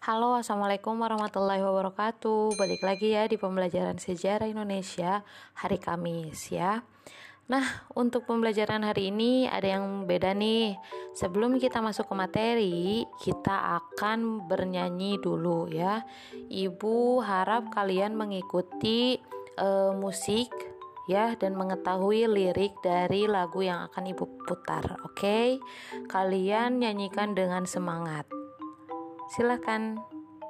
Halo, Assalamualaikum warahmatullahi wabarakatuh. Balik lagi ya di pembelajaran sejarah Indonesia hari Kamis ya. Nah, untuk pembelajaran hari ini ada yang beda nih. Sebelum kita masuk ke materi, kita akan bernyanyi dulu ya. Ibu harap kalian mengikuti musik ya dan mengetahui lirik dari lagu yang akan Ibu putar. Oke? Kalian nyanyikan dengan semangat. Silakan.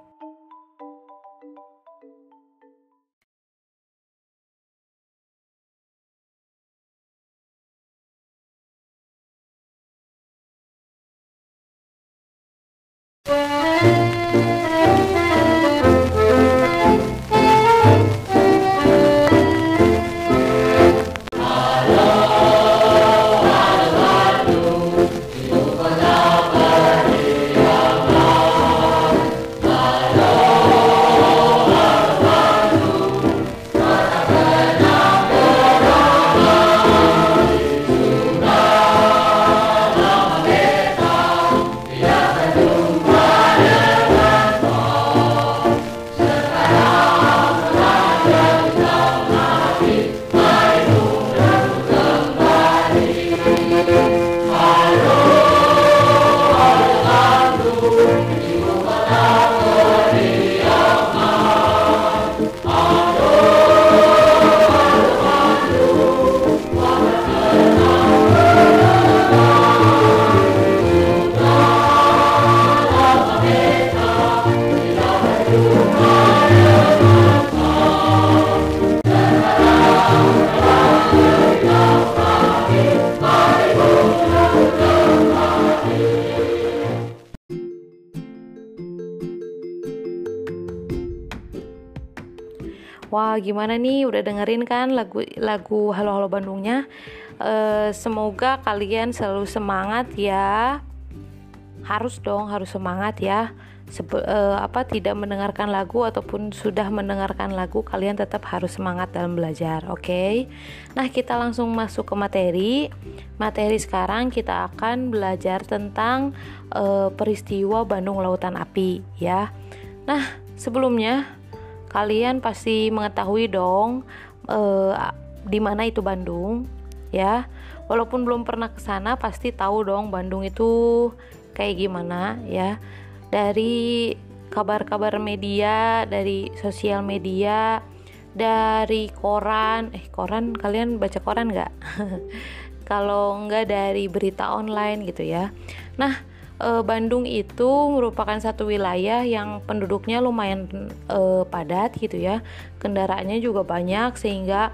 Wah, gimana nih? Udah dengerin kan lagu Halo Halo Bandungnya? Semoga kalian selalu semangat ya. Harus semangat ya. Tidak mendengarkan lagu ataupun sudah mendengarkan lagu, kalian tetap harus semangat dalam belajar, oke? Nah, kita langsung masuk ke materi. Materi sekarang kita akan belajar tentang peristiwa Bandung Lautan Api ya. Nah, sebelumnya kalian pasti mengetahui dong di mana itu Bandung ya. Walaupun belum pernah ke sana, pasti tahu dong Bandung itu kayak gimana ya. Dari kabar-kabar media, dari sosial media, dari koran. Koran, kalian baca koran nggak? Kalau nggak, dari berita online gitu ya. Nah, Bandung itu merupakan satu wilayah yang penduduknya lumayan padat gitu ya. Kendaraannya juga banyak sehingga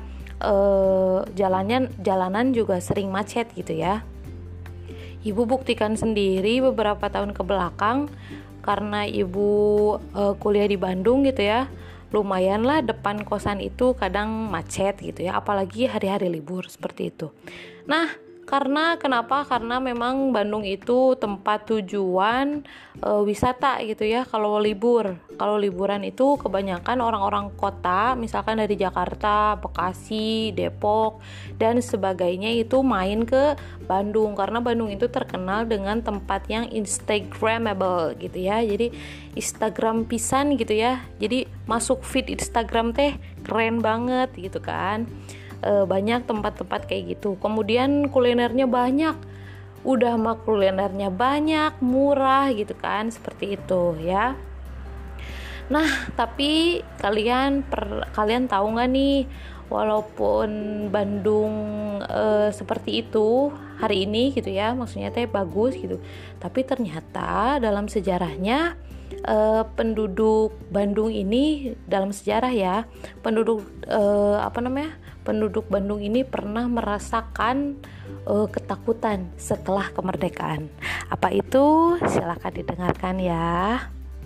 jalanan juga sering macet gitu ya. Ibu buktikan sendiri beberapa tahun ke belakang karena ibu kuliah di Bandung gitu ya. Lumayan lah depan kosan itu kadang macet gitu ya, apalagi hari-hari libur seperti itu. Nah, Kenapa? Karena memang Bandung itu tempat tujuan wisata gitu ya. Kalau liburan itu kebanyakan orang-orang kota, misalkan dari Jakarta, Bekasi, Depok dan sebagainya itu main ke Bandung karena Bandung itu terkenal dengan tempat yang instagramable gitu ya. Jadi Instagram pisan gitu ya. Jadi masuk feed Instagram teh keren banget gitu kan. Banyak tempat-tempat kayak gitu. Kemudian kulinernya banyak. Udah mah kulinernya banyak, murah gitu kan, seperti itu ya. Nah, tapi kalian tahu nggak nih, walaupun Bandung seperti itu hari ini gitu ya, maksudnya teh bagus gitu, tapi ternyata dalam sejarahnya penduduk Bandung ini dalam sejarah ya, penduduk Bandung ini pernah merasakan ketakutan setelah kemerdekaan. Apa itu? Silakan didengarkan ya.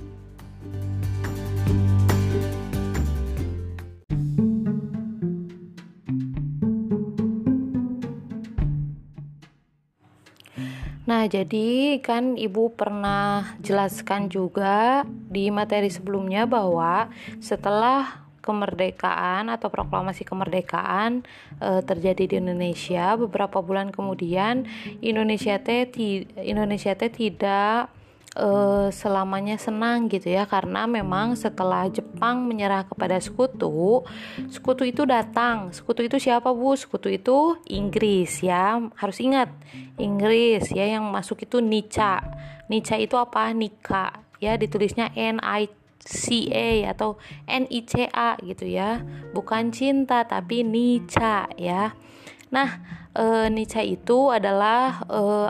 Nah, jadi kan Ibu pernah jelaskan juga di materi sebelumnya bahwa setelah kemerdekaan atau proklamasi kemerdekaan terjadi di Indonesia, beberapa bulan kemudian Indonesia teh tidak selamanya senang gitu ya, karena memang setelah Jepang menyerah kepada sekutu itu datang. Sekutu itu siapa, Bu? Sekutu itu Inggris ya, harus ingat Inggris ya. Yang masuk itu Nica. Nica itu apa? Nika ya, ditulisnya NICA atau NICA gitu ya, bukan cinta tapi Nica ya. Nah, Nica itu adalah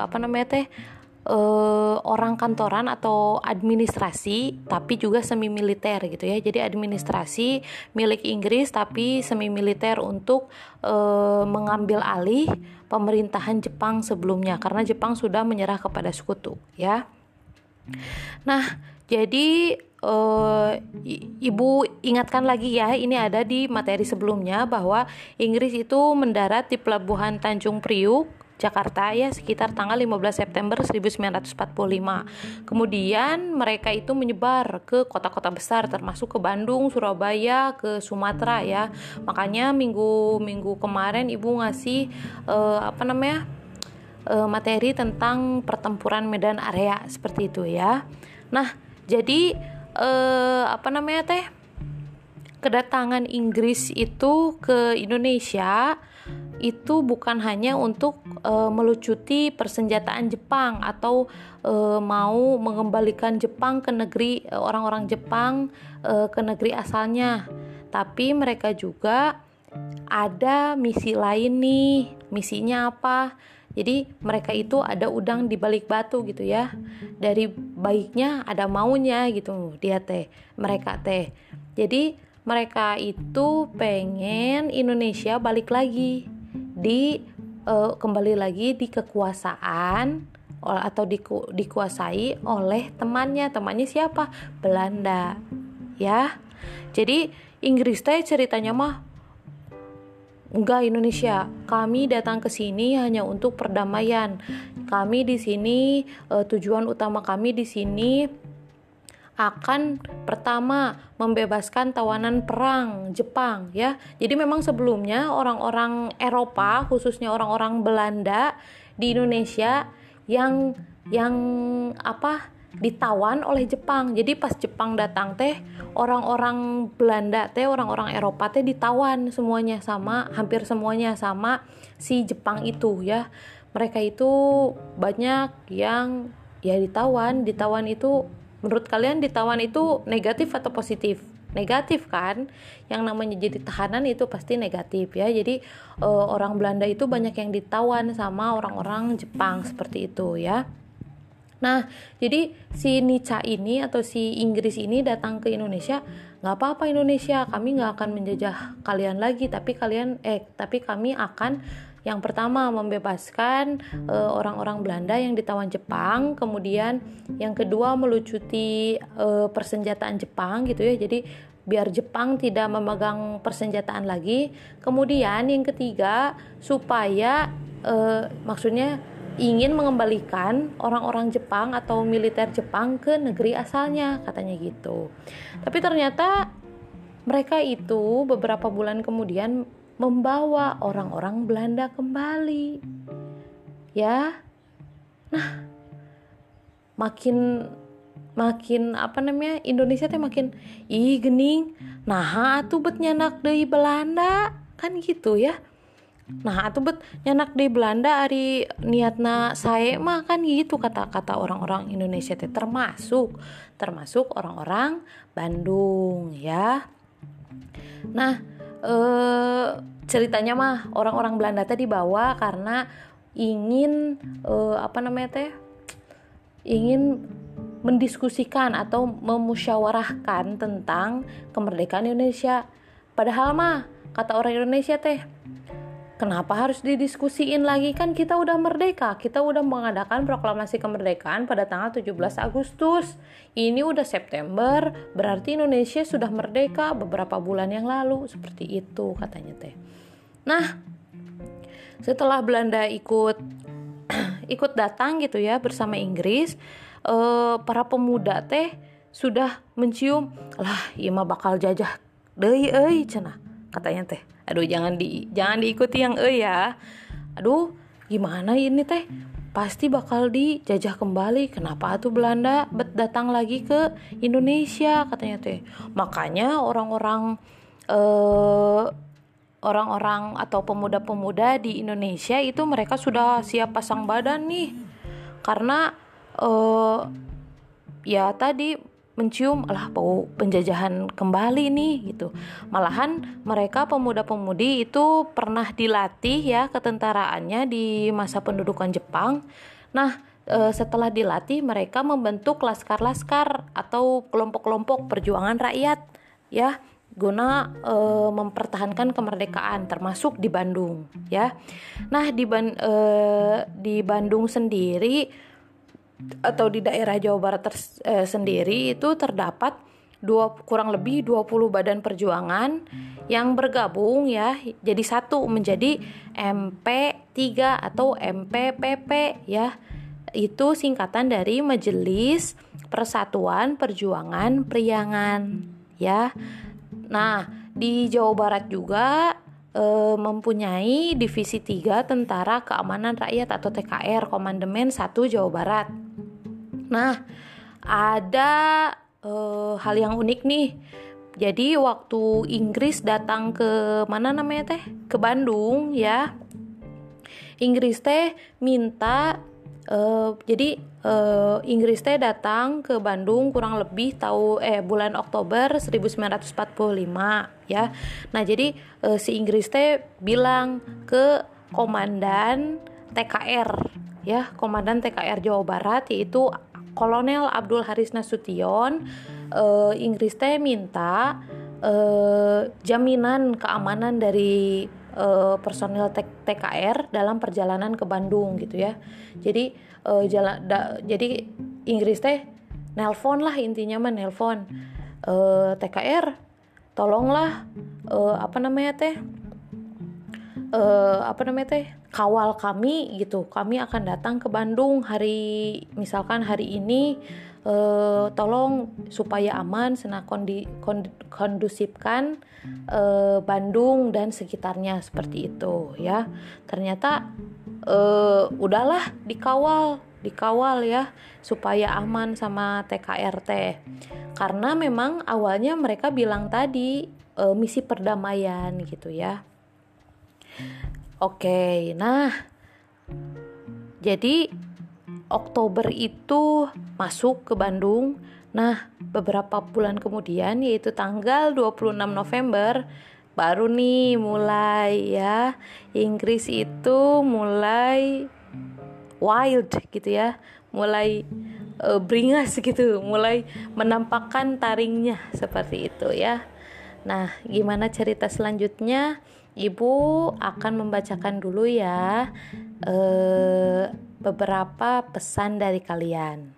orang kantoran atau administrasi tapi juga semi militer gitu ya. Jadi administrasi milik Inggris tapi semi militer untuk mengambil alih pemerintahan Jepang sebelumnya, karena Jepang sudah menyerah kepada sekutu ya. Nah, jadi Ibu ingatkan lagi ya, ini ada di materi sebelumnya bahwa Inggris itu mendarat di pelabuhan Tanjung Priuk, Jakarta ya, sekitar tanggal 15 September 1945. Kemudian mereka itu menyebar ke kota-kota besar termasuk ke Bandung, Surabaya, ke Sumatera ya. Makanya minggu kemarin Ibu ngasih materi tentang pertempuran Medan Area seperti itu ya. Nah, jadi kedatangan Inggris itu ke Indonesia itu bukan hanya untuk melucuti persenjataan Jepang atau mau mengembalikan Jepang ke negeri orang-orang Jepang ke negeri asalnya, tapi mereka juga ada misi lain nih. Misinya apa? Jadi mereka itu ada udang di balik batu gitu ya. Dari baiknya ada maunya gitu mereka teh. Jadi mereka itu pengen Indonesia balik lagi kembali lagi di kekuasaan atau dikuasai oleh temannya siapa? Belanda ya. Jadi Inggris teh ceritanya mah, enggak, Indonesia, kami datang ke sini hanya untuk perdamaian. Kami di sini tujuan utama kami di sini akan pertama membebaskan tawanan perang Jepang ya. Jadi memang sebelumnya orang-orang Eropa, khususnya orang-orang Belanda di Indonesia yang ditawan oleh Jepang. Jadi pas Jepang datang teh, orang-orang Belanda teh, orang-orang Eropa teh ditawan semuanya hampir semuanya sama si Jepang itu ya. Mereka itu banyak yang ya ditawan itu. Menurut kalian ditawan itu negatif atau positif? Negatif kan? Yang namanya jadi tahanan itu pasti negatif ya. Jadi orang Belanda itu banyak yang ditawan sama orang-orang Jepang seperti itu ya. Nah, jadi si Nica ini atau si Inggris ini datang ke Indonesia, nggak apa-apa Indonesia, kami nggak akan menjajah kalian lagi, tapi kami akan yang pertama membebaskan orang-orang Belanda yang ditawan Jepang, kemudian yang kedua melucuti persenjataan Jepang gitu ya. Jadi biar Jepang tidak memegang persenjataan lagi. Kemudian yang ketiga supaya maksudnya ingin mengembalikan orang-orang Jepang atau militer Jepang ke negeri asalnya, katanya gitu. Tapi ternyata mereka itu beberapa bulan kemudian membawa orang-orang Belanda kembali. Ya. Nah, makin Indonesia teh makin gening. Nah, atuh bet nyanak deui Belanda, kan gitu ya. Nah, atuh bet nyanak deui Belanda ari niatna sae mah, kan gitu kata-kata orang-orang Indonesia teh, termasuk orang-orang Bandung ya. Nah, ceritanya mah orang-orang Belanda teh dibawa karena ingin ingin mendiskusikan atau memusyawarahkan tentang kemerdekaan Indonesia. Padahal mah kata orang Indonesia teh, kenapa harus didiskusiin lagi, kan kita udah merdeka, kita udah mengadakan proklamasi kemerdekaan pada tanggal 17 Agustus. Ini udah September, berarti Indonesia sudah merdeka beberapa bulan yang lalu, seperti itu katanya teh. Nah, setelah Belanda ikut datang gitu ya bersama Inggris, para pemuda teh sudah mencium, lah ieu mah bakal jajah deui euy cenah katanya teh. Aduh, jangan diikuti yang ya. Aduh, gimana ini teh? pasti bakal dijajah kembali. Kenapa tuh Belanda datang lagi ke Indonesia katanya teh. Makanya orang-orang atau pemuda-pemuda di Indonesia itu mereka sudah siap pasang badan nih, karena ya tadi mencium bau penjajahan kembali nih gitu. Malahan mereka pemuda-pemudi itu pernah dilatih ya ketentaraannya di masa pendudukan Jepang. Nah, setelah dilatih mereka membentuk laskar-laskar atau kelompok-kelompok perjuangan rakyat ya, guna mempertahankan kemerdekaan, termasuk di Bandung ya. Nah, di Bandung sendiri atau di daerah Jawa Barat sendiri itu terdapat kurang lebih 20 badan perjuangan yang bergabung ya jadi satu menjadi MP3 atau MPPP ya. Itu singkatan dari Majelis Persatuan Perjuangan Priangan ya. Nah, di Jawa Barat juga mempunyai Divisi 3 Tentara Keamanan Rakyat atau TKR Komandemen 1 Jawa Barat. Nah, ada hal yang unik nih. Jadi waktu Inggris datang ke mana namanya teh? Ke Bandung ya. Inggris teh minta Inggris teh datang ke Bandung kurang lebih bulan Oktober 1945 ya. Nah, jadi si Inggris teh bilang ke komandan TKR ya, komandan TKR Jawa Barat yaitu Kolonel Abdul Haris Nasution. Inggris teh minta jaminan keamanan dari personil TKR dalam perjalanan ke Bandung gitu ya. Jadi jadi Inggris teh nelpon lah, intinya mah nelpon TKR, tolonglah kawal kami gitu. Kami akan datang ke Bandung misalkan hari ini, tolong supaya aman, kondusifkan Bandung dan sekitarnya seperti itu ya. Ternyata udahlah dikawal ya supaya aman sama TKRT, karena memang awalnya mereka bilang tadi misi perdamaian gitu ya. Oke, nah jadi Oktober itu masuk ke Bandung. Nah, beberapa bulan kemudian yaitu tanggal 26 November baru nih mulai ya, Inggris itu mulai wild gitu ya, mulai beringas gitu, mulai menampakkan taringnya seperti itu ya. Nah, gimana cerita selanjutnya? Ibu akan membacakan dulu ya beberapa pesan dari kalian.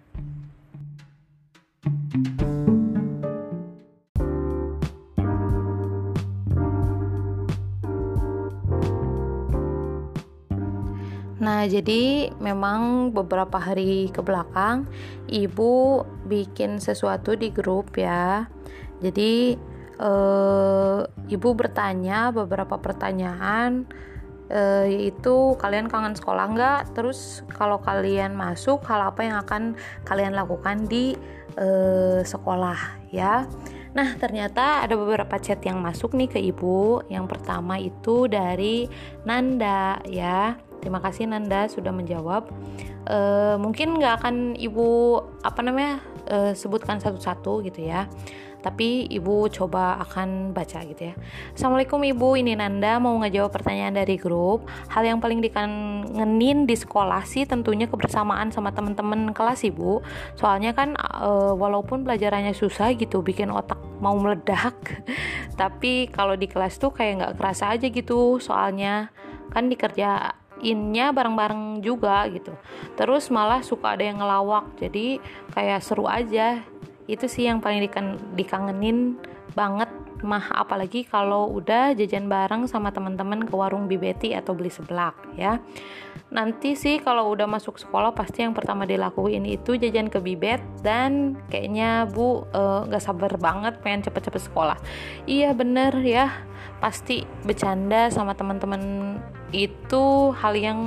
Nah, jadi memang beberapa hari ke belakang Ibu bikin sesuatu di grup ya. Jadi Ibu bertanya beberapa pertanyaan, yaitu kalian kangen sekolah nggak? Terus kalau kalian masuk, hal apa yang akan kalian lakukan di sekolah ya? Nah, ternyata ada beberapa chat yang masuk nih ke Ibu. Yang pertama itu dari Nanda ya. Terima kasih Nanda sudah menjawab. Mungkin nggak akan Ibu sebutkan satu-satu gitu ya, tapi Ibu coba akan baca gitu ya. Assalamualaikum Ibu, ini Nanda mau ngejawab pertanyaan dari grup. Hal yang paling dikangenin di sekolah sih tentunya kebersamaan sama teman-teman kelas Ibu. Soalnya kan walaupun pelajarannya susah gitu, bikin otak mau meledak, tapi kalau di kelas tuh kayak nggak kerasa aja gitu. Soalnya kan dikerjainnya bareng-bareng juga gitu. Terus malah suka ada yang ngelawak, jadi kayak seru aja. Itu sih yang paling dikangenin banget mah, apalagi kalau udah jajan bareng sama teman-teman ke warung Bibeti atau beli seblak ya. Nanti sih kalau udah masuk sekolah pasti yang pertama dilakuin itu jajan ke Bibet, dan kayaknya Bu gak sabar banget pengen cepet-cepet sekolah. Iya bener ya, pasti bercanda sama teman-teman itu hal yang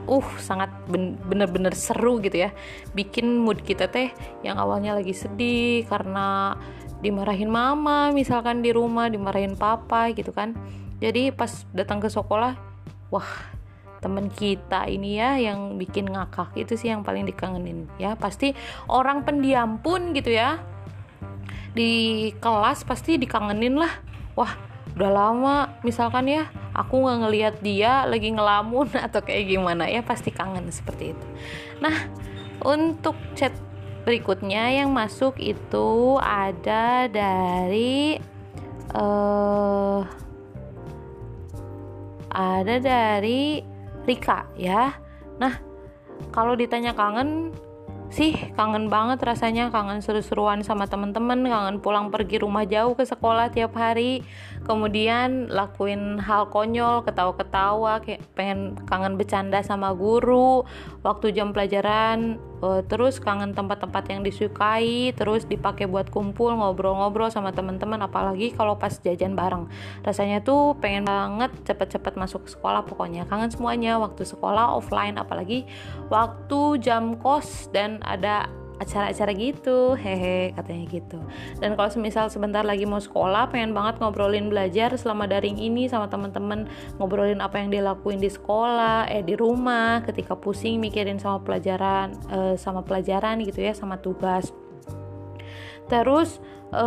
sangat bener-bener seru gitu ya, bikin mood kita teh yang awalnya lagi sedih karena dimarahin mama misalkan di rumah, dimarahin papa gitu kan, jadi pas datang ke sekolah, wah temen kita ini ya yang bikin ngakak, itu sih yang paling dikangenin ya. Pasti orang pendiam pun gitu ya di kelas pasti dikangenin lah. Wah udah lama misalkan ya aku nggak ngelihat dia lagi ngelamun atau kayak gimana ya, pasti kangen seperti itu. Nah untuk chat berikutnya yang masuk itu ada dari Rika ya. Nah kalau ditanya kangen sih, kangen banget rasanya, kangen seru-seruan sama teman-teman, kangen pulang pergi rumah jauh ke sekolah tiap hari, kemudian lakuin hal konyol, ketawa-ketawa, kayak kangen bercanda sama guru waktu jam pelajaran, terus kangen tempat-tempat yang disukai, terus dipakai buat kumpul ngobrol-ngobrol sama teman-teman, apalagi kalau pas jajan bareng. Rasanya tuh pengen banget cepet-cepet masuk ke sekolah, pokoknya kangen semuanya waktu sekolah offline, apalagi waktu jam kos dan ada acara-acara gitu, hehe katanya gitu. Dan kalau semisal sebentar lagi mau sekolah, pengen banget ngobrolin belajar selama daring ini sama teman-teman, ngobrolin apa yang dilakuin di sekolah, di rumah, ketika pusing mikirin sama pelajaran gitu ya, sama tugas. Terus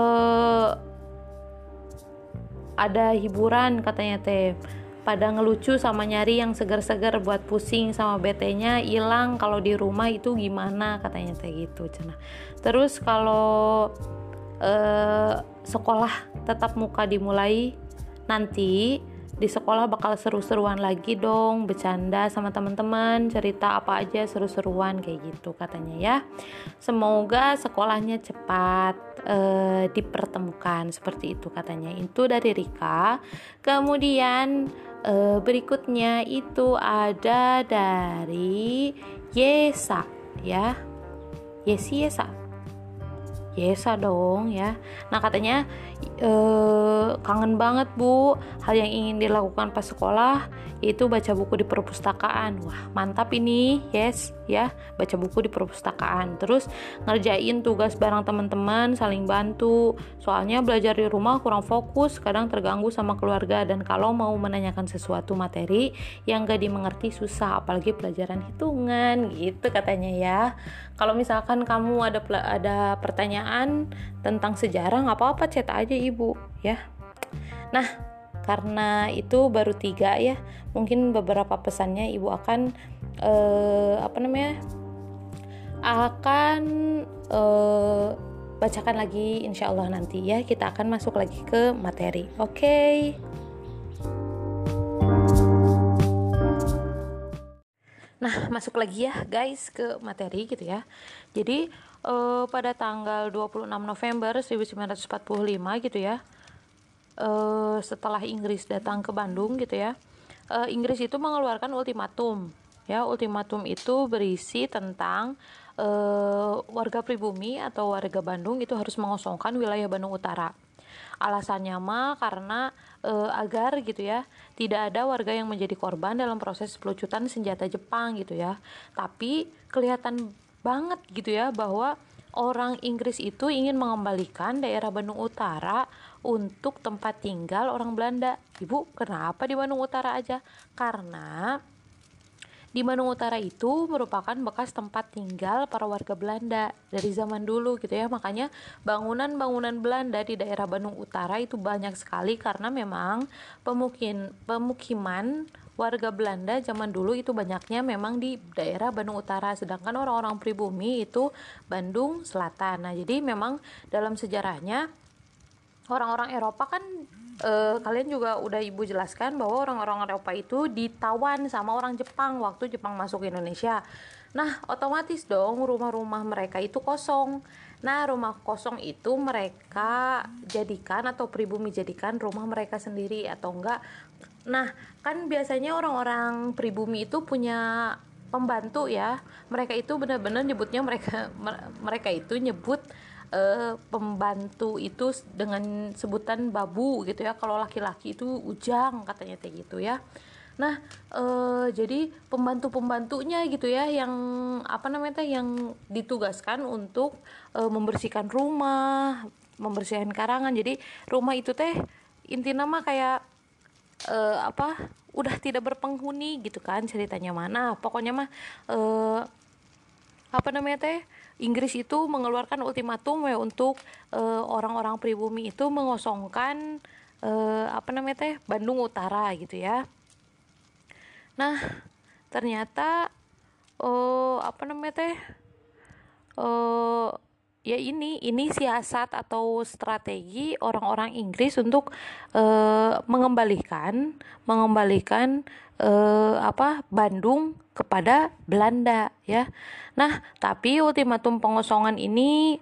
ada hiburan katanya teh, pada ngelucu sama nyari yang segar-segar buat pusing sama betenya hilang kalau di rumah itu gimana katanya teh gitu cenah. Terus kalau sekolah tetap muka dimulai, nanti di sekolah bakal seru-seruan lagi dong, bercanda sama teman-teman, cerita apa aja seru-seruan kayak gitu katanya ya. Semoga sekolahnya cepat dipertemukan, seperti itu katanya. Itu dari Rika. Kemudian berikutnya itu ada dari Yesa ya. Yesa dong ya. Nah katanya kangen banget Bu, hal yang ingin dilakukan pas sekolah itu baca buku di perpustakaan. Wah mantap ini, yes ya, baca buku di perpustakaan. Terus ngerjain tugas bareng teman-teman, saling bantu. Soalnya belajar di rumah kurang fokus, kadang terganggu sama keluarga, dan kalau mau menanyakan sesuatu materi yang gak dimengerti susah, apalagi pelajaran hitungan gitu katanya ya. Kalau misalkan kamu ada pertanyaan tentang sejarah, nggak apa-apa chat aja Ibu ya. Nah karena itu baru 3 ya, mungkin beberapa pesannya Ibu akan bacakan lagi insya Allah nanti ya. Kita akan masuk lagi ke materi. Oke. Nah, masuk lagi ya guys ke materi gitu ya. Jadi pada tanggal 26 November 1945 gitu ya, setelah Inggris datang ke Bandung gitu ya, Inggris itu mengeluarkan ultimatum ya. Ultimatum itu berisi tentang warga pribumi atau warga Bandung itu harus mengosongkan wilayah Bandung Utara. Alasannya mah karena agar gitu ya, tidak ada warga yang menjadi korban dalam proses pelucutan senjata Jepang gitu ya. Tapi kelihatan banget gitu ya bahwa orang Inggris itu ingin mengembalikan daerah Bandung Utara untuk tempat tinggal orang Belanda. Ibu, kenapa di Bandung Utara aja? Karena di Bandung Utara itu merupakan bekas tempat tinggal para warga Belanda dari zaman dulu gitu ya. Makanya bangunan-bangunan Belanda di daerah Bandung Utara itu banyak sekali, karena memang pemukiman warga Belanda zaman dulu itu banyaknya memang di daerah Bandung Utara, sedangkan orang-orang pribumi itu Bandung Selatan. Nah, jadi memang dalam sejarahnya orang-orang Eropa kan kalian juga udah Ibu jelaskan bahwa orang-orang Eropa itu ditawan sama orang Jepang waktu Jepang masuk ke Indonesia. Nah, otomatis dong rumah-rumah mereka itu kosong. Nah, rumah kosong itu mereka jadikan atau pribumi jadikan rumah mereka sendiri atau enggak. Nah, kan biasanya orang-orang pribumi itu punya pembantu ya. Mereka itu benar-benar nyebutnya mereka itu nyebut pembantu itu dengan sebutan babu gitu ya. Kalau laki-laki itu ujang katanya kayak gitu ya. Nah, jadi pembantu-pembantunya gitu ya, yang apa namanya teh, yang ditugaskan untuk membersihkan rumah, membersihkan karangan. Jadi rumah itu teh inti nama kayak udah tidak berpenghuni gitu kan ceritanya. Mana pokoknya mah eh, apa namanya teh, Inggris itu mengeluarkan ultimatum ya untuk orang-orang pribumi itu mengosongkan apa namanya teh, Bandung Utara gitu ya. Nah, ternyata apa namanya teh, eh ya ini siasat atau strategi orang-orang Inggris untuk mengembalikan Bandung kepada Belanda ya. Nah, tapi ultimatum pengosongan ini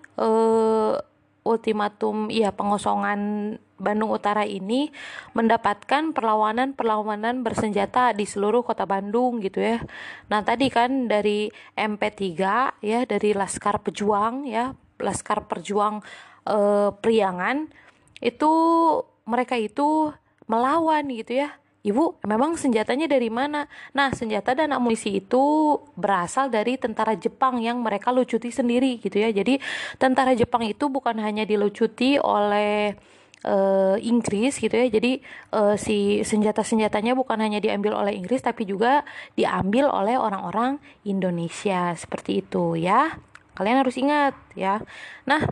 pengosongan Bandung Utara ini mendapatkan perlawanan bersenjata di seluruh kota Bandung gitu ya. Nah, tadi kan dari MP3 ya, dari Laskar Pejuang ya, Laskar Perjuang Priangan itu, mereka itu melawan gitu ya. Ibu, memang senjatanya dari mana? Nah, senjata dan amunisi itu berasal dari tentara Jepang yang mereka lucuti sendiri gitu ya. Jadi, tentara Jepang itu bukan hanya dilucuti oleh Inggris gitu ya. Jadi si senjata-senjatanya bukan hanya diambil oleh Inggris, tapi juga diambil oleh orang-orang Indonesia seperti itu ya. Kalian harus ingat ya. Nah,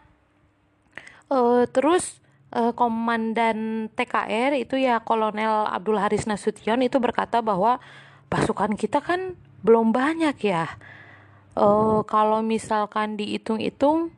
terus Komandan TKR itu ya Kolonel Abdul Haris Nasution itu berkata bahwa pasukan kita kan belum banyak ya. Kalau misalkan dihitung-hitung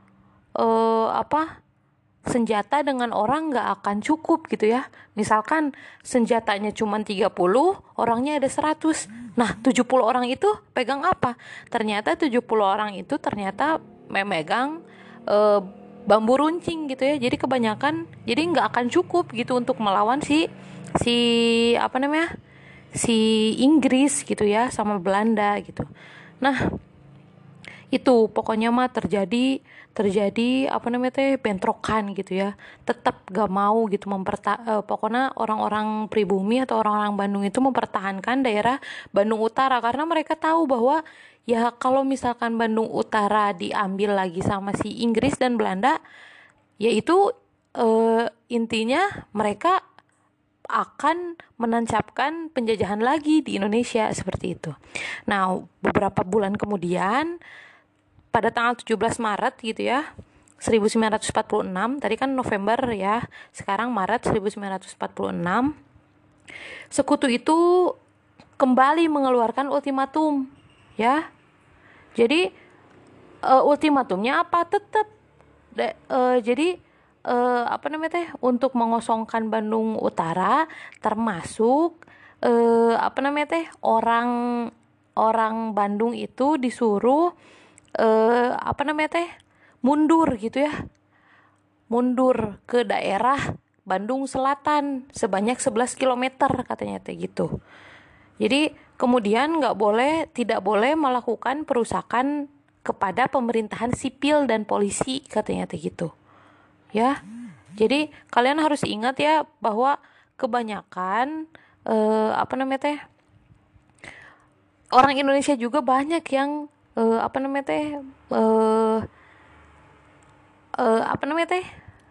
senjata dengan orang nggak akan cukup gitu ya. Misalkan senjatanya cuma 30, orangnya ada 100. Nah, 70 orang itu pegang apa? Ternyata 70 orang itu ternyata memegang e, bambu runcing gitu ya. Jadi kebanyakan, jadi nggak akan cukup gitu untuk melawan si si apa namanya? Si Inggris gitu ya, sama Belanda gitu. Nah, itu pokoknya mah terjadi apa namanya teh, bentrokan gitu ya. Tetap gak mau gitu pokoknya orang-orang pribumi atau orang-orang Bandung itu mempertahankan daerah Bandung Utara karena mereka tahu bahwa ya kalau misalkan Bandung Utara diambil lagi sama si Inggris dan Belanda, yaitu intinya mereka akan menancapkan penjajahan lagi di Indonesia seperti itu. Nah, beberapa bulan kemudian pada tanggal 17 Maret gitu ya 1946, tadi kan November ya, sekarang Maret 1946, sekutu itu kembali mengeluarkan ultimatum ya. Jadi ultimatumnya apa? Tetap jadi apa namanya teh, untuk mengosongkan Bandung Utara, termasuk apa namanya teh, orang Bandung itu disuruh apa namanya teh, mundur gitu ya, mundur ke daerah Bandung Selatan sebanyak 11 kilometer katanya teh gitu. Jadi kemudian tidak boleh melakukan perusakan kepada pemerintahan sipil dan polisi katanya teh gitu ya. Jadi kalian harus ingat ya bahwa kebanyakan apa namanya teh, orang Indonesia juga banyak yang apa namanya teh, apa namanya teh,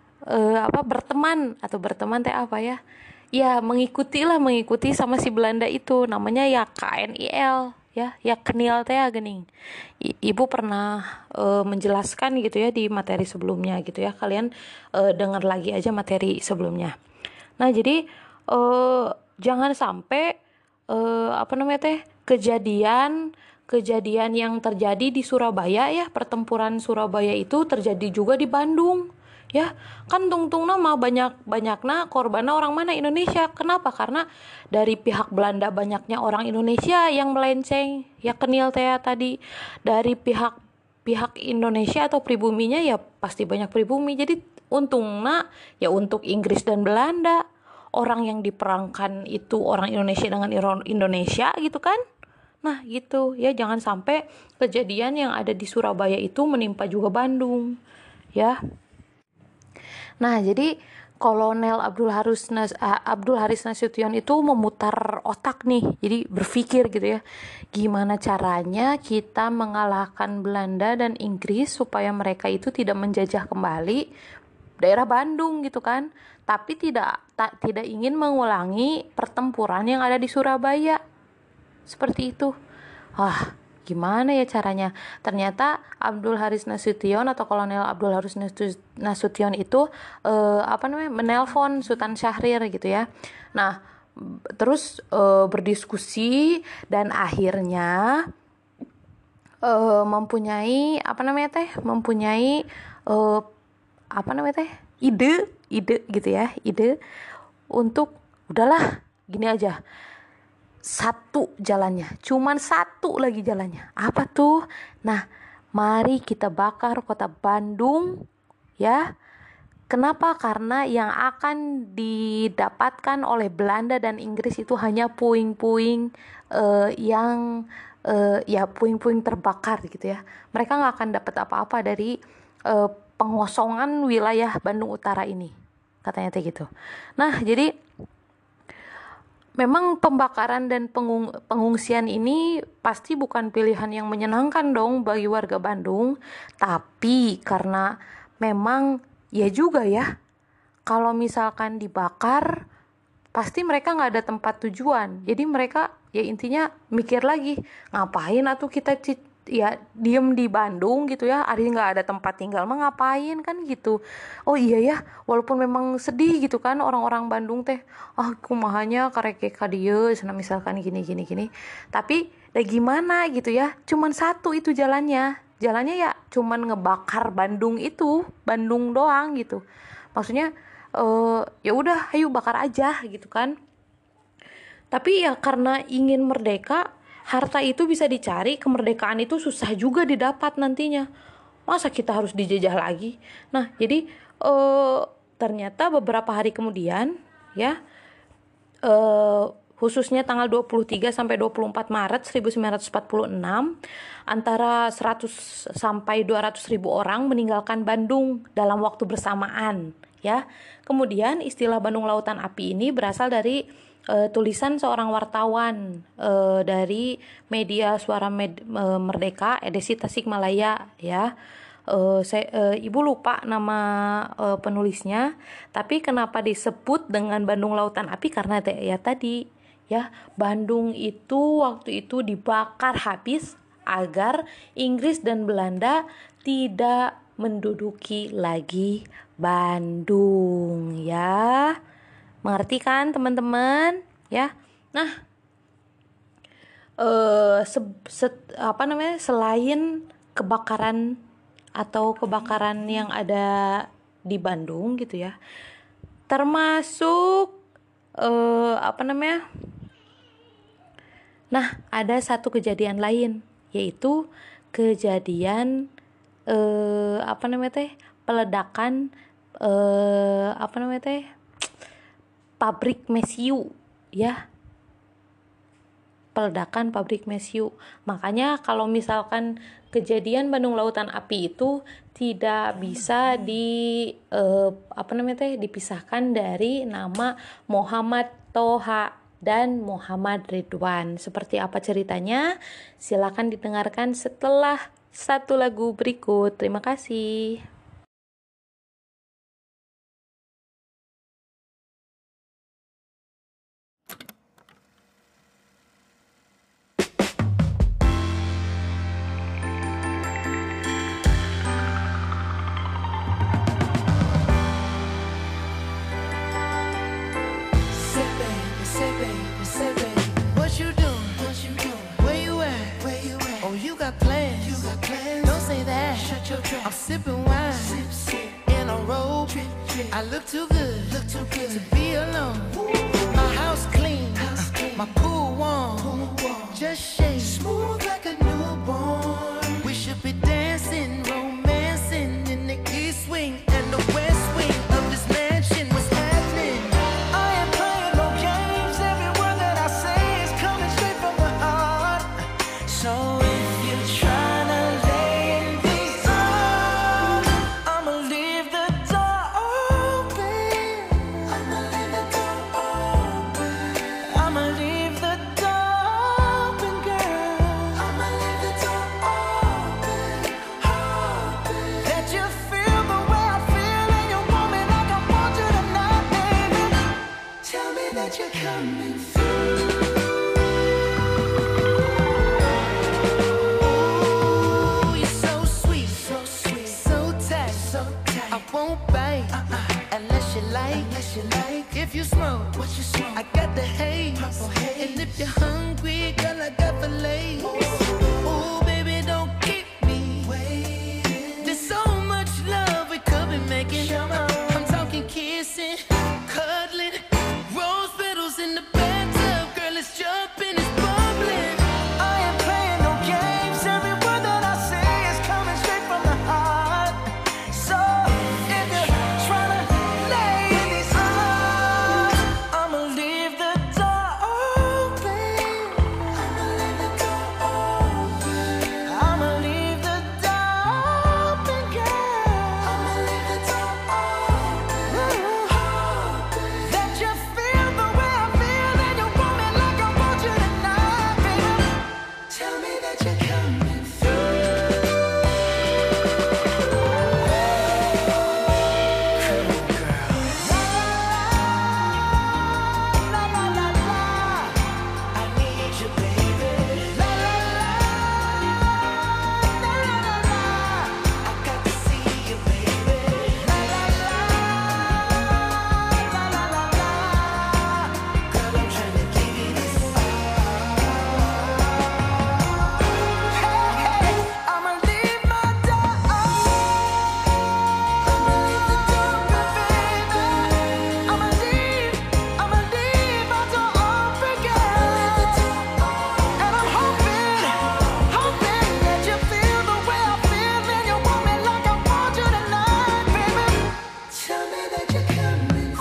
berteman teh apa ya, mengikuti sama si Belanda itu, namanya ya KNIL ya kenil teh gening. Ibu pernah menjelaskan gitu ya di materi sebelumnya gitu ya, kalian dengar lagi aja materi sebelumnya. Nah, jadi jangan sampai apa namanya teh, kejadian yang terjadi di Surabaya ya, pertempuran Surabaya itu terjadi juga di Bandung ya. Kan tungtung nama banyaknya korbannya orang mana? Indonesia. Kenapa? Karena dari pihak Belanda banyaknya orang Indonesia yang melenceng ya, kenil teh tadi. Dari pihak Indonesia atau pribuminya ya pasti banyak pribumi. Jadi untungnya ya untuk Inggris dan Belanda, orang yang diperangkan itu orang Indonesia dengan Indonesia gitu kan. Nah gitu ya, jangan sampai kejadian yang ada di Surabaya itu menimpa juga Bandung ya. Nah, jadi Kolonel Abdul Haris Nasution itu memutar otak nih, jadi berpikir gitu ya, gimana caranya kita mengalahkan Belanda dan Inggris supaya mereka itu tidak menjajah kembali daerah Bandung gitu kan, tapi tidak ingin mengulangi pertempuran yang ada di Surabaya seperti itu. Gimana ya caranya? Ternyata Abdul Haris Nasution atau Kolonel Abdul Haris Nasution itu menelpon Sultan Syahrir gitu ya. Nah, terus berdiskusi dan akhirnya mempunyai ide gitu ya, ide untuk udahlah gini aja. Satu jalannya, cuman satu lagi jalannya. Apa tuh? Nah, mari kita bakar kota Bandung ya. Kenapa? Karena yang akan didapatkan oleh Belanda dan Inggris itu hanya puing-puing puing-puing terbakar gitu ya. Mereka nggak akan dapat apa-apa dari pengosongan wilayah Bandung Utara ini, katanya gitu. Nah, jadi memang pembakaran dan pengungsian ini pasti bukan pilihan yang menyenangkan dong bagi warga Bandung. Tapi karena memang ya juga ya, kalau misalkan dibakar pasti mereka nggak ada tempat tujuan. Jadi mereka ya intinya mikir lagi, ngapain atuh kita ya diem di Bandung gitu ya, ada nggak ada tempat tinggal mah ngapain kan gitu. Oh iya ya, walaupun memang sedih gitu kan orang-orang Bandung teh, kumahanya karek ka dieu misalkan gini tapi gimana gitu ya, cuman satu itu jalannya ya cuman ngebakar Bandung doang gitu. Maksudnya ya udah ayo bakar aja gitu kan. Tapi ya karena ingin merdeka, harta itu bisa dicari, kemerdekaan itu susah juga didapat nantinya. Masa kita harus dijajah lagi? Nah, jadi ternyata beberapa hari kemudian ya, khususnya tanggal 23 sampai 24 Maret 1946, antara 100 sampai 200 ribu orang meninggalkan Bandung dalam waktu bersamaan ya. Kemudian istilah Bandung Lautan Api ini berasal dari tulisan seorang wartawan dari media Suara Merdeka edisi Tasikmalaya ya. Ibu lupa nama penulisnya, tapi kenapa disebut dengan Bandung Lautan Api karena ya tadi ya, Bandung itu waktu itu dibakar habis agar Inggris dan Belanda tidak menduduki lagi Bandung ya. Mengerti kan teman-teman ya? Nah, selain kebakaran yang ada di Bandung gitu ya, termasuk nah ada satu kejadian lain, yaitu kejadian peledakan pabrik mesiu ya, peledakan pabrik mesiu. Makanya kalau misalkan kejadian Bandung Lautan Api itu tidak bisa dipisahkan dari nama Muhammad Toha dan Muhammad Ridwan. Seperti apa ceritanya? Silakan didengarkan setelah satu lagu berikut. Terima kasih. I'm sipping wine in a robe. I look too good to be alone. My house clean, my pool warm. Just shake smooth like a newborn. We should be dancing, romancing in the east wing and the west wing of this mansion. What's happening? I ain't playing no games. Every word that I say is coming straight from the heart. So if you're trying to lay in these arms, I'ma leave the door open. won't bite unless you like. If you smoke, I got the haze. And if you're hungry, girl, I got fillets. Ooh, baby, don't keep me waiting. There's so much love we could be making. I'm talking kissing, cuddling, rose petals in the bathtub. Girl, it's jumping, it's bubbling. I ain't playing no games. Every word that I say is coming straight from the heart. So if you're trying to lay in these arms, I'ma leave the door open. I'ma leave the door open. I'ma leave the door open, girl. I'ma leave the door open. That you feel the way I feel, and you want me like I want you tonight, baby. Tell me that you're coming through. Come on, girl. La la la la. I need you, baby. La la la. La la la. I got to see you, baby. La la la. La la la la. Girl, I'm trying to give you this Hey, I'ma leave my door open. I'ma leave the door open, baby. I'ma leave my door open, girl. And I'm hoping that you feel the way I feel, and you want me like I want you tonight, baby. Tell me that you're coming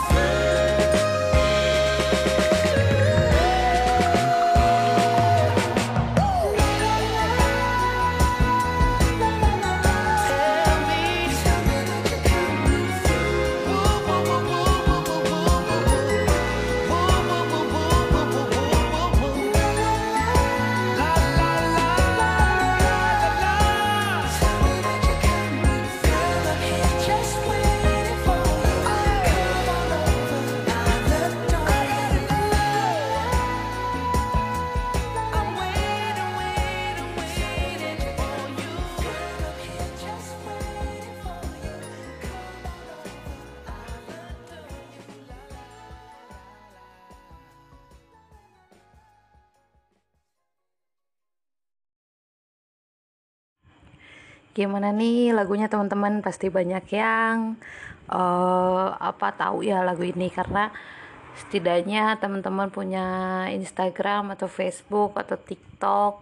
Gimana nih lagunya teman-teman? Pasti banyak yang tahu ya lagu ini, karena setidaknya teman-teman punya Instagram atau Facebook atau TikTok.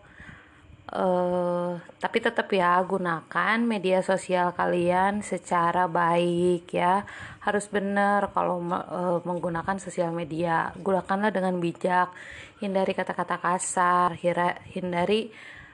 Tapi tetap ya, gunakan media sosial kalian secara baik ya. Harus benar kalau menggunakan sosial media. Gunakanlah dengan bijak. Hindari kata-kata kasar, hindari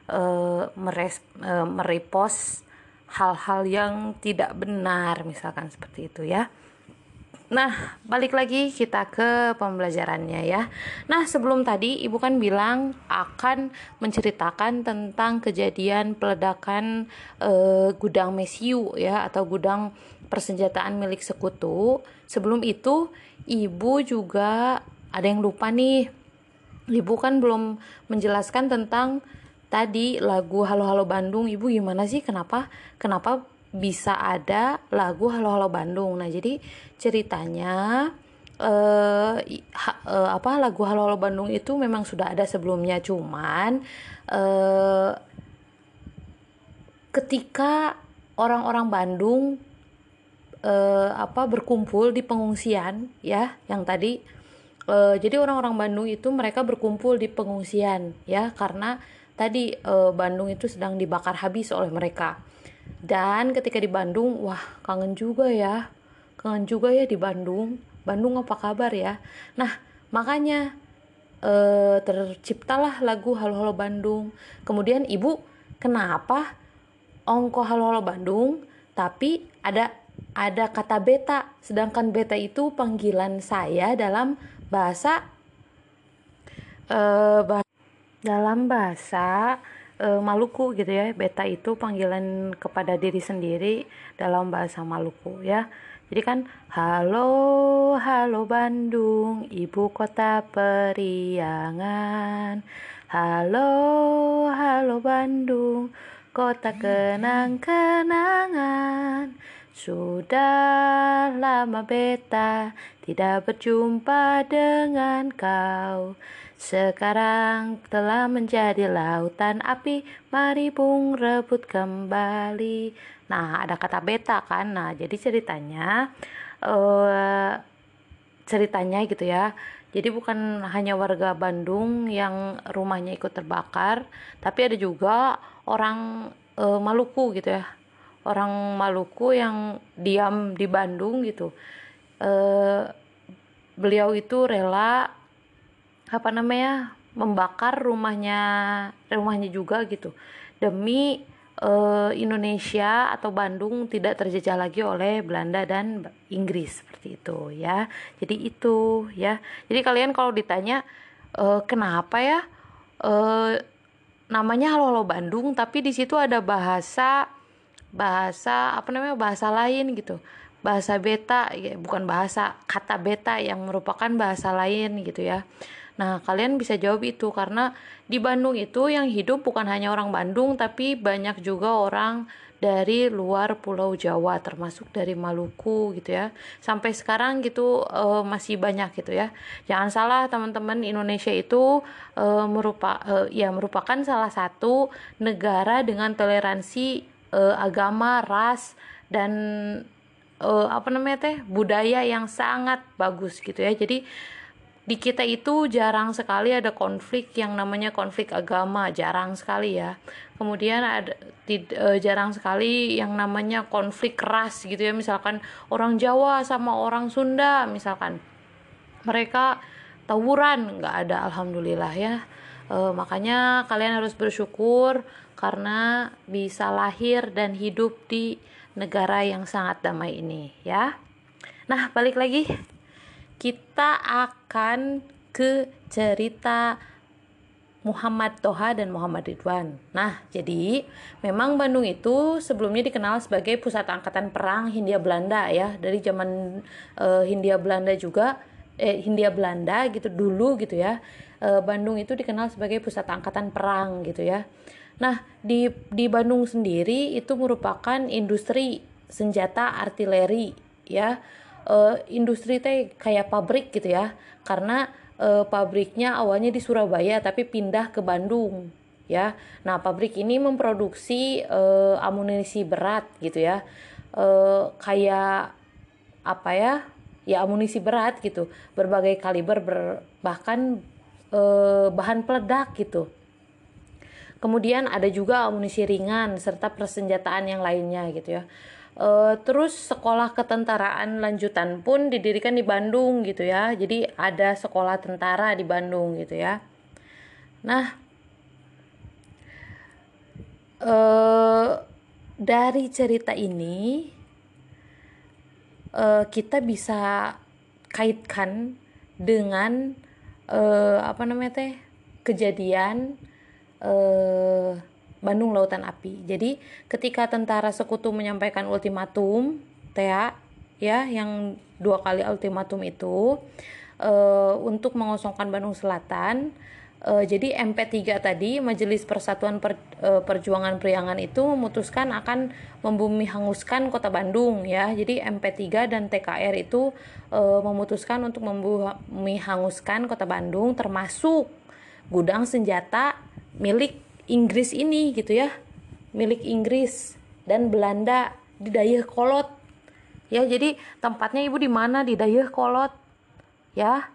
merepost hal-hal yang tidak benar, misalkan seperti itu ya. Nah, balik lagi kita ke pembelajarannya ya. Nah, sebelum tadi Ibu kan bilang akan menceritakan tentang kejadian peledakan gudang Mesiu ya, atau gudang persenjataan milik Sekutu. Sebelum itu Ibu juga ada yang lupa nih. Ibu kan belum menjelaskan tentang tadi lagu Halo Halo Bandung. Ibu gimana sih, kenapa bisa ada lagu Halo Halo Bandung? Nah, jadi ceritanya lagu Halo Halo Bandung itu memang sudah ada sebelumnya, cuman ketika orang-orang Bandung berkumpul di pengungsian ya, yang tadi jadi orang-orang Bandung itu mereka berkumpul di pengungsian ya, karena tadi Bandung itu sedang dibakar habis oleh mereka. Dan ketika di Bandung, wah kangen juga ya di Bandung. Bandung apa kabar ya? Nah, makanya terciptalah lagu Halo Halo Bandung. Kemudian Ibu, kenapa ongko Halo Halo Bandung tapi ada kata beta, sedangkan beta itu panggilan saya dalam bahasa Maluku gitu ya. Beta itu panggilan kepada diri sendiri dalam bahasa Maluku ya. Jadi kan halo halo Bandung, ibu kota periangan. Halo halo Bandung, kota kenang-kenangan. Sudah lama beta tidak berjumpa dengan kau. Sekarang telah menjadi lautan api, mari bung rebut kembali. Nah, ada kata beta kan. Nah, jadi ceritanya gitu ya. Jadi bukan hanya warga Bandung yang rumahnya ikut terbakar, tapi ada juga orang Maluku gitu ya. Orang Maluku yang diam di Bandung gitu. Beliau itu rela membakar rumahnya juga gitu demi Indonesia atau Bandung tidak terjajah lagi oleh Belanda dan Inggris seperti itu ya. Jadi itu ya. Jadi kalian kalau ditanya kenapa ya namanya Halo Halo Bandung tapi di situ ada bahasa lain gitu, bahasa beta ya, bukan bahasa, kata beta yang merupakan bahasa lain gitu ya. Nah, kalian bisa jawab itu karena di Bandung itu yang hidup bukan hanya orang Bandung tapi banyak juga orang dari luar Pulau Jawa termasuk dari Maluku gitu ya. Sampai sekarang gitu masih banyak gitu ya. Jangan salah teman-teman, Indonesia itu merupakan salah satu negara dengan toleransi agama, ras dan budaya yang sangat bagus gitu ya. Jadi di kita itu jarang sekali ada konflik yang namanya konflik agama, jarang sekali ya. Kemudian jarang sekali yang namanya konflik ras gitu ya. Misalkan orang Jawa sama orang Sunda misalkan mereka tawuran, nggak ada, alhamdulillah ya. Makanya kalian harus bersyukur karena bisa lahir dan hidup di negara yang sangat damai ini ya. Nah, balik lagi, kita akan ke cerita Muhammad Toha dan Muhammad Ridwan. Nah, jadi memang Bandung itu sebelumnya dikenal sebagai pusat angkatan perang Hindia Belanda ya. Dari zaman Hindia Belanda gitu dulu gitu ya. Bandung itu dikenal sebagai pusat angkatan perang gitu ya. Nah, di Bandung sendiri itu merupakan industri senjata artileri ya. Industri teh kayak pabrik gitu ya. Karena pabriknya awalnya di Surabaya tapi pindah ke Bandung ya. Nah, pabrik ini memproduksi amunisi berat gitu ya. Kayak apa ya? Ya amunisi berat gitu, berbagai kaliber bahkan bahan peledak gitu. Kemudian ada juga amunisi ringan serta persenjataan yang lainnya gitu ya. Terus sekolah ketentaraan lanjutan pun didirikan di Bandung gitu ya. Jadi ada sekolah tentara di Bandung gitu ya. Nah, dari cerita ini kita bisa kaitkan dengan kejadian Bandung Lautan Api. Jadi ketika tentara sekutu menyampaikan ultimatum ya yang 2 kali ultimatum itu untuk mengosongkan Bandung Selatan, jadi MP3 tadi, Majelis Persatuan Perjuangan Priangan itu memutuskan akan membumi hanguskan kota Bandung ya. Jadi MP3 dan TKR itu memutuskan untuk membumi hanguskan kota Bandung termasuk gudang senjata milik Inggris ini gitu ya. Milik Inggris dan Belanda di Dayakolot. Ya, jadi tempatnya Ibu di mana? Di Dayakolot. Ya.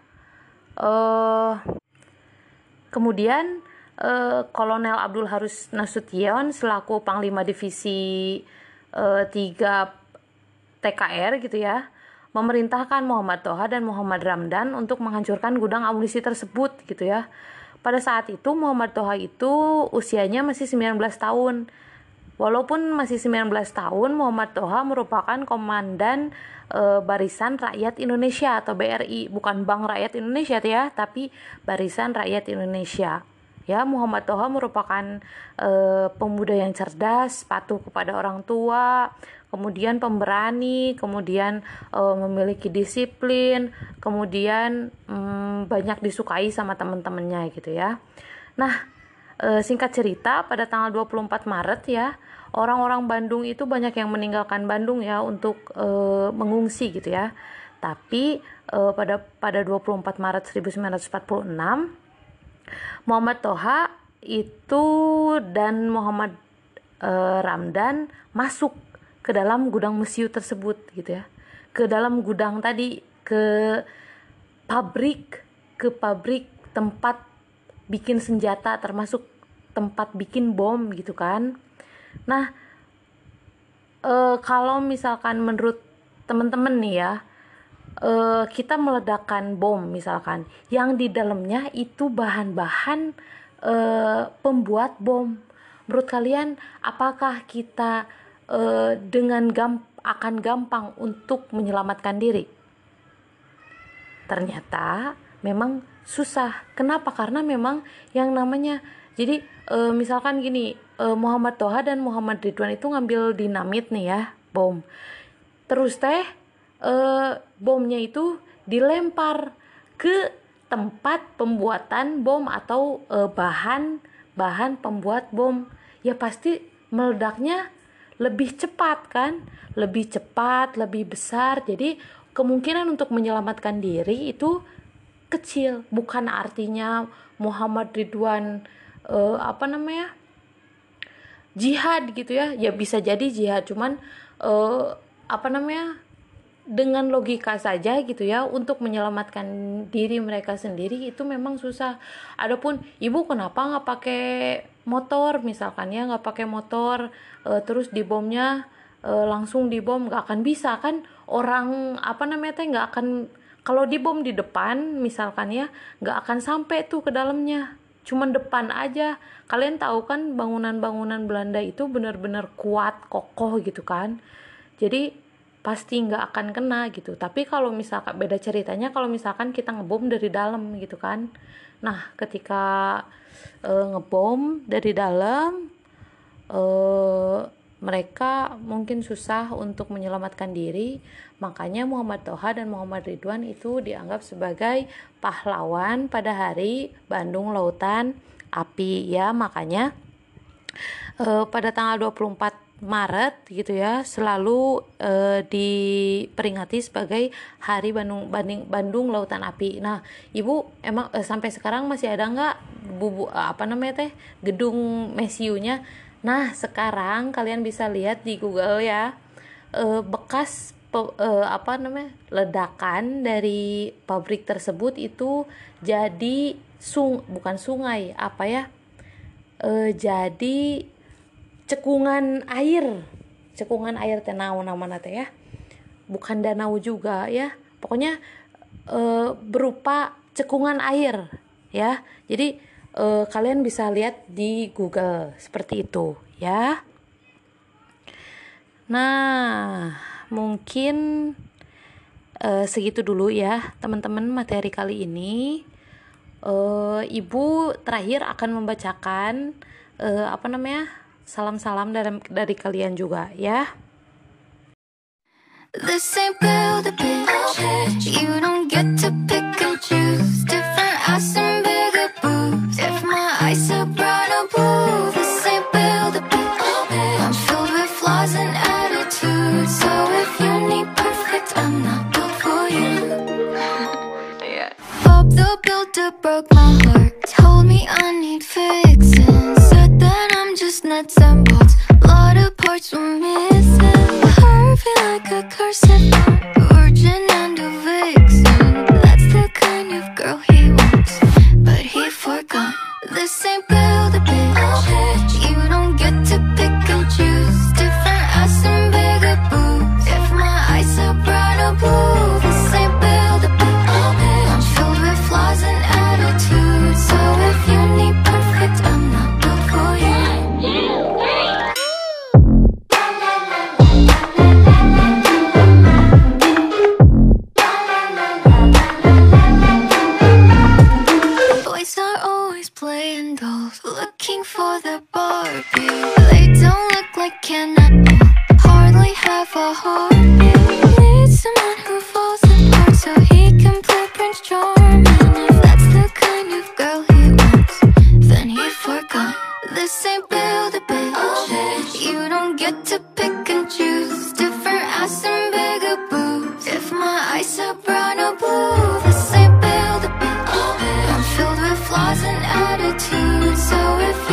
Kemudian Kolonel Abdul Harus Nasution selaku Panglima Divisi 3 TKR gitu ya, memerintahkan Muhammad Toha dan Muhammad Ramdan untuk menghancurkan gudang amunisi tersebut gitu ya. Pada saat itu Muhammad Toha itu usianya masih 19 tahun. Walaupun masih 19 tahun, Muhammad Toha merupakan komandan Barisan Rakyat Indonesia atau BRI, bukan Bank Rakyat Indonesia ya, tapi Barisan Rakyat Indonesia. Ya, Muhammad Toha merupakan pemuda yang cerdas, patuh kepada orang tua, kemudian pemberani, kemudian memiliki disiplin, kemudian banyak disukai sama teman-temannya gitu ya. Nah, singkat cerita, pada tanggal 24 Maret ya, orang-orang Bandung itu banyak yang meninggalkan Bandung ya untuk mengungsi gitu ya. Tapi pada 24 Maret 1946, Muhammad Toha itu dan Muhammad Ramdan masuk ke dalam gudang mesiu tersebut gitu ya. Ke dalam gudang tadi, ke pabrik tempat bikin senjata, termasuk tempat bikin bom gitu kan. Nah, kalau misalkan menurut teman-teman nih ya, kita meledakkan bom misalkan, yang di dalamnya itu bahan-bahan pembuat bom. Menurut kalian, apakah kita akan gampang untuk menyelamatkan diri? Ternyata memang susah. Kenapa? Karena memang yang namanya, jadi misalkan gini, Muhammad Toha dan Muhammad Ridwan itu ngambil dinamit nih ya, bom. Terus bomnya itu dilempar ke tempat pembuatan bom atau bahan pembuat bom. Ya pasti meledaknya lebih cepat kan, lebih cepat, lebih besar. Jadi kemungkinan untuk menyelamatkan diri itu kecil. Bukan artinya Muhammad Ridwan jihad gitu ya. Ya bisa jadi jihad, cuman dengan logika saja gitu ya, untuk menyelamatkan diri mereka sendiri itu memang susah. Adapun ibu kenapa nggak pakai motor misalkan ya, nggak pakai motor terus dibomnya langsung dibom, nggak akan bisa kan. Orang nggak akan, kalau dibom di depan misalkan ya, nggak akan sampai tuh ke dalamnya, cuman depan aja. Kalian tahu kan bangunan-bangunan Belanda itu benar-benar kuat, kokoh gitu kan, jadi pasti nggak akan kena gitu. Tapi kalau misalkan beda ceritanya kalau misalkan kita ngebom dari dalam gitu kan. Nah, ketika ngebom dari dalam, mereka mungkin susah untuk menyelamatkan diri. Makanya Muhammad Toha dan Muhammad Ridwan itu dianggap sebagai pahlawan pada hari Bandung Lautan Api ya. Makanya pada tanggal 24 Maret gitu ya selalu diperingati sebagai Hari Bandung Lautan Api. Nah, ibu emang sampai sekarang masih ada nggak gedung mesiunya? Nah, sekarang kalian bisa lihat di Google ya, bekas ledakan dari pabrik tersebut itu jadi bukan sungai jadi cekungan air tenau namanya teh ya, bukan danau juga ya, pokoknya berupa cekungan air ya. Jadi kalian bisa lihat di Google seperti itu ya. Nah, mungkin segitu dulu ya teman-teman materi kali ini. Ibu terakhir akan membacakan salam-salam dari kalian juga ya. This ain't build a bitch. You don't get to pick and choose. Different ass and bigger boobs. If my eyes are brown or blue, this ain't build a bitch. I'm filled with flaws and attitudes. So if you need perfect, I'm not built for you. Bob the Builder broke my heart. Told me I need fixing. Said that I'm just nuts and bolts. Lot of parts were missing. Perfect like a corset, virgin and a vixen. That's the kind of girl he wants, but he forgot. This ain't build a bitch. You don't get to pick and choose. Different ass and bigger boobs. If my eyes are brown or blue, this ain't build a bitch. I'm filled with flaws and attitudes. So if you need perfect, I'm not built for you. can choose different ass and bigger boobs. If my eyes are brown or blue, this ain't build a bitch. I'm filled with flaws and attitudes, so if